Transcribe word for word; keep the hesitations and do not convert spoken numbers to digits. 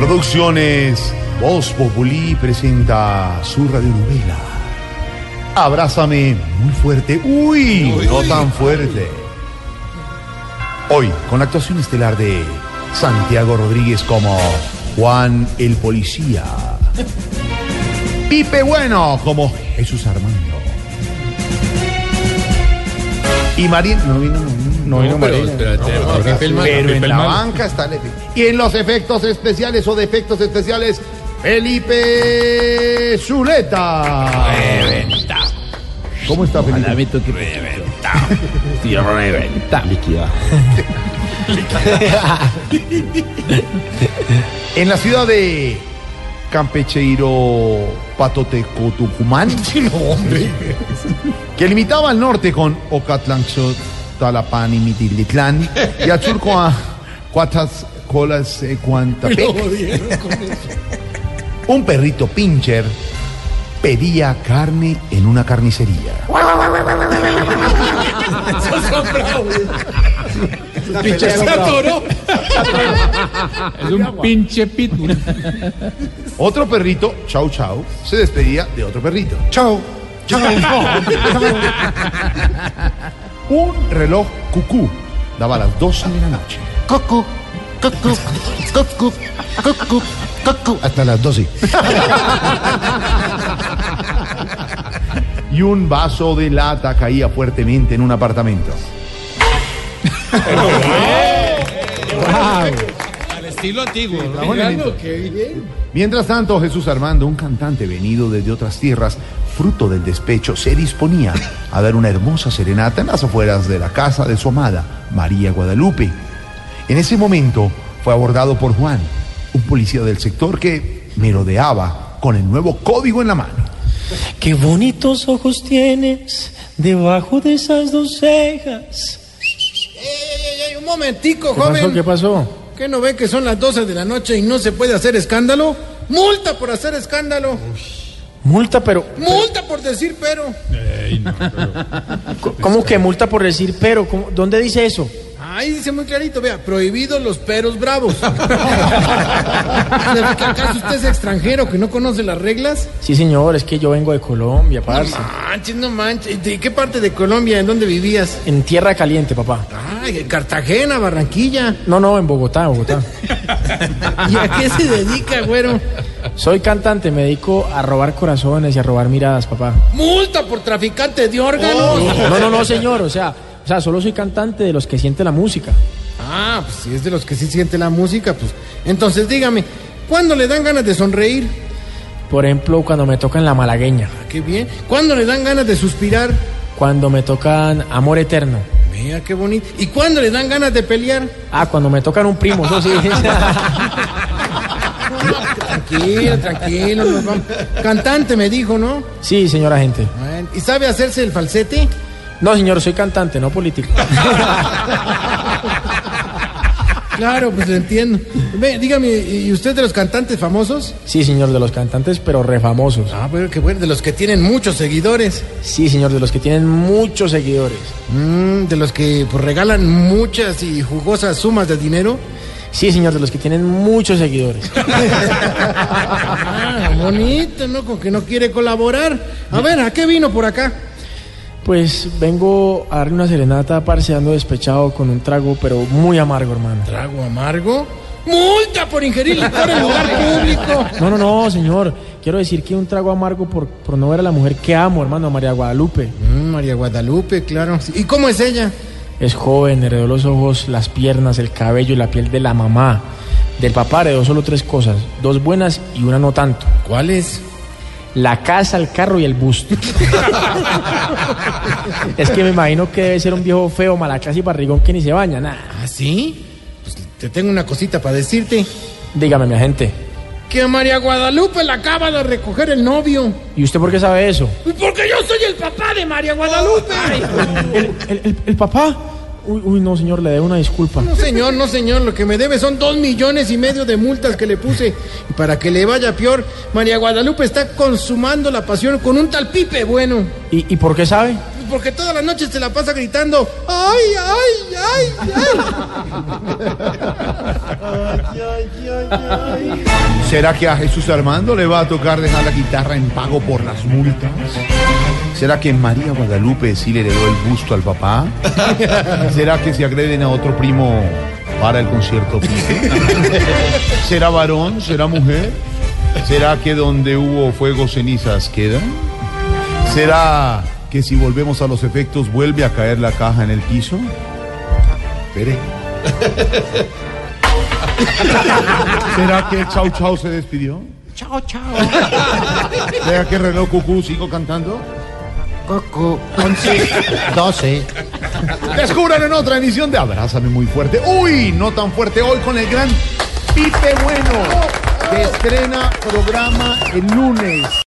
Producciones Voz Populi presenta su radionovela Abrázame muy fuerte. Uy, Uy, no tan fuerte. Hoy, con la actuación estelar de Santiago Rodríguez como Juan el Policía, Pipe Bueno como Jesús Armando y María. No vino, no vino, no vino María. Pero, pero, no, no, pero, no, pero en la banca está el efecto. Y en los efectos especiales o defectos especiales, Felipe Zuleta. Reventa. ¿Cómo está, Felipe? Ojalá me toque reventa. Tío, reventa. Líquida. En la ciudad de Campecheiro Patoteco, Tucumán, no, hombre, que limitaba al norte con Ocatlanxo, Talapán y Mitilitlán, y al sur con Cuatas Colas Cuantapec. Un perrito pincher pedía carne en una carnicería. Pinche se atoró. Es un pinche pitbull. Otro perrito, chau chau, se despedía de otro perrito. Chau, chau. Un reloj cucú daba las doce de la noche. Cucú, cucú, cucú, cucú, cucú. Hasta las doce. Y un vaso de lata caía fuertemente en un apartamento. Wow. Al estilo antiguo. Sí, mientras tanto, Jesús Armando, un cantante venido desde otras tierras, fruto del despecho, se disponía a dar una hermosa serenata en las afueras de la casa de su amada, María Guadalupe. En ese momento fue abordado por Juan, un policía del sector que merodeaba con el nuevo código en la mano. Qué bonitos ojos tienes debajo de esas dos cejas. ¡Ey, ey, ey! Un momentico, ¿Qué joven. pasó? ¿Qué pasó? ¿Qué no ve que son las doce de la noche y no se puede hacer escándalo? ¡Multa por hacer escándalo! Uy. Multa, pero... ¡Multa por decir pero! Ey, no, pero... ¿Cómo que multa por decir pero? ¿Cómo? ¿Dónde dice eso? Ahí dice muy clarito, vea, prohibidos los peros bravos. ¿Acaso usted es extranjero que no conoce las reglas? Sí, señor, es que yo vengo de Colombia, parce. No manches, no manches. ¿De qué parte de Colombia? ¿En dónde vivías? En tierra caliente, papá. Ay, en Cartagena, Barranquilla. No, no, en Bogotá, Bogotá. ¿Y a qué se dedica, güero? Soy cantante, me dedico a robar corazones y a robar miradas, papá. ¡Multa por traficante de órganos! No, no, no, señor, o sea... O sea, solo soy cantante de los que siente la música. Ah, pues si es de los que sí siente la música, pues... Entonces dígame, ¿cuándo le dan ganas de sonreír? Por ejemplo, cuando me tocan la malagueña. Ah, qué bien. ¿Cuándo le dan ganas de suspirar? Cuando me tocan Amor Eterno. Mira, qué bonito. ¿Y cuándo le dan ganas de pelear? Ah, cuando me tocan un primo, eso sí. Tranquilo, tranquilo. Nos vamos. Cantante me dijo, ¿no? Sí, señor agente. Bueno, ¿y sabe hacerse el falsete? No, señor, soy cantante, no político. Claro, pues lo entiendo. Ve, dígame, ¿y usted de los cantantes famosos? Sí, señor, de los cantantes, pero refamosos. Ah, pero qué bueno, de los que tienen muchos seguidores. Sí, señor, de los que tienen muchos seguidores. Mm, de los que pues, regalan muchas y jugosas sumas de dinero. Sí, señor, de los que tienen muchos seguidores. Ah, bonito, ¿no? Con que no quiere colaborar. A ver, ¿a qué vino por acá? Pues vengo a darle una serenata, parce, ando despechado con un trago, pero muy amargo, hermano. ¿Trago amargo? ¡Multa por ingerir licor en lugar público! No, no, no, señor. Quiero decir que un trago amargo por, por no ver a la mujer que amo, hermano, a María Guadalupe. Mm, María Guadalupe, claro. ¿Y cómo es ella? Es joven, heredó los ojos, las piernas, el cabello y la piel de la mamá. Del papá heredó solo tres cosas, dos buenas y una no tanto. ¿Cuáles? La casa, el carro y el busto. Es que me imagino que debe ser un viejo feo, malacas y barrigón que ni se baña, nada. ¿Ah, sí? Pues te tengo una cosita para decirte. Dígame, mi agente. Que a María Guadalupe la acaba de recoger el novio. ¿Y usted por qué sabe eso? Porque yo soy el papá de María Guadalupe. ¿El, el, el, el papá? Uy, uy, no, señor, le debo una disculpa. No, señor, no, señor, lo que me debe son dos millones y medio de multas que le puse. Y para que le vaya peor, María Guadalupe está consumando la pasión con un tal Pipe Bueno. ¿Y, y por qué sabe? Porque todas las noches se la pasa gritando, ¡ay, ay, ay, ay! ay, ay, ay. ¿Será que a Jesús Armando le va a tocar dejar la guitarra en pago por las multas? ¿Será que María Guadalupe sí le heredó el busto al papá? ¿Será que si agreden a otro primo para el concierto Pipe? ¿Será varón? ¿Será mujer? ¿Será que donde hubo fuego cenizas quedan? ¿Será que si volvemos a los efectos vuelve a caer la caja en el piso? Espere. ¿Será que el Chau Chau se despidió? Chao, chao. ¿Será que Reloj Cucú sigo cantando? Cucu. once, doce. Descubran en otra emisión de Abrázame Muy Fuerte. Uy, no tan fuerte hoy con el gran Pipe Bueno, que estrena programa el lunes.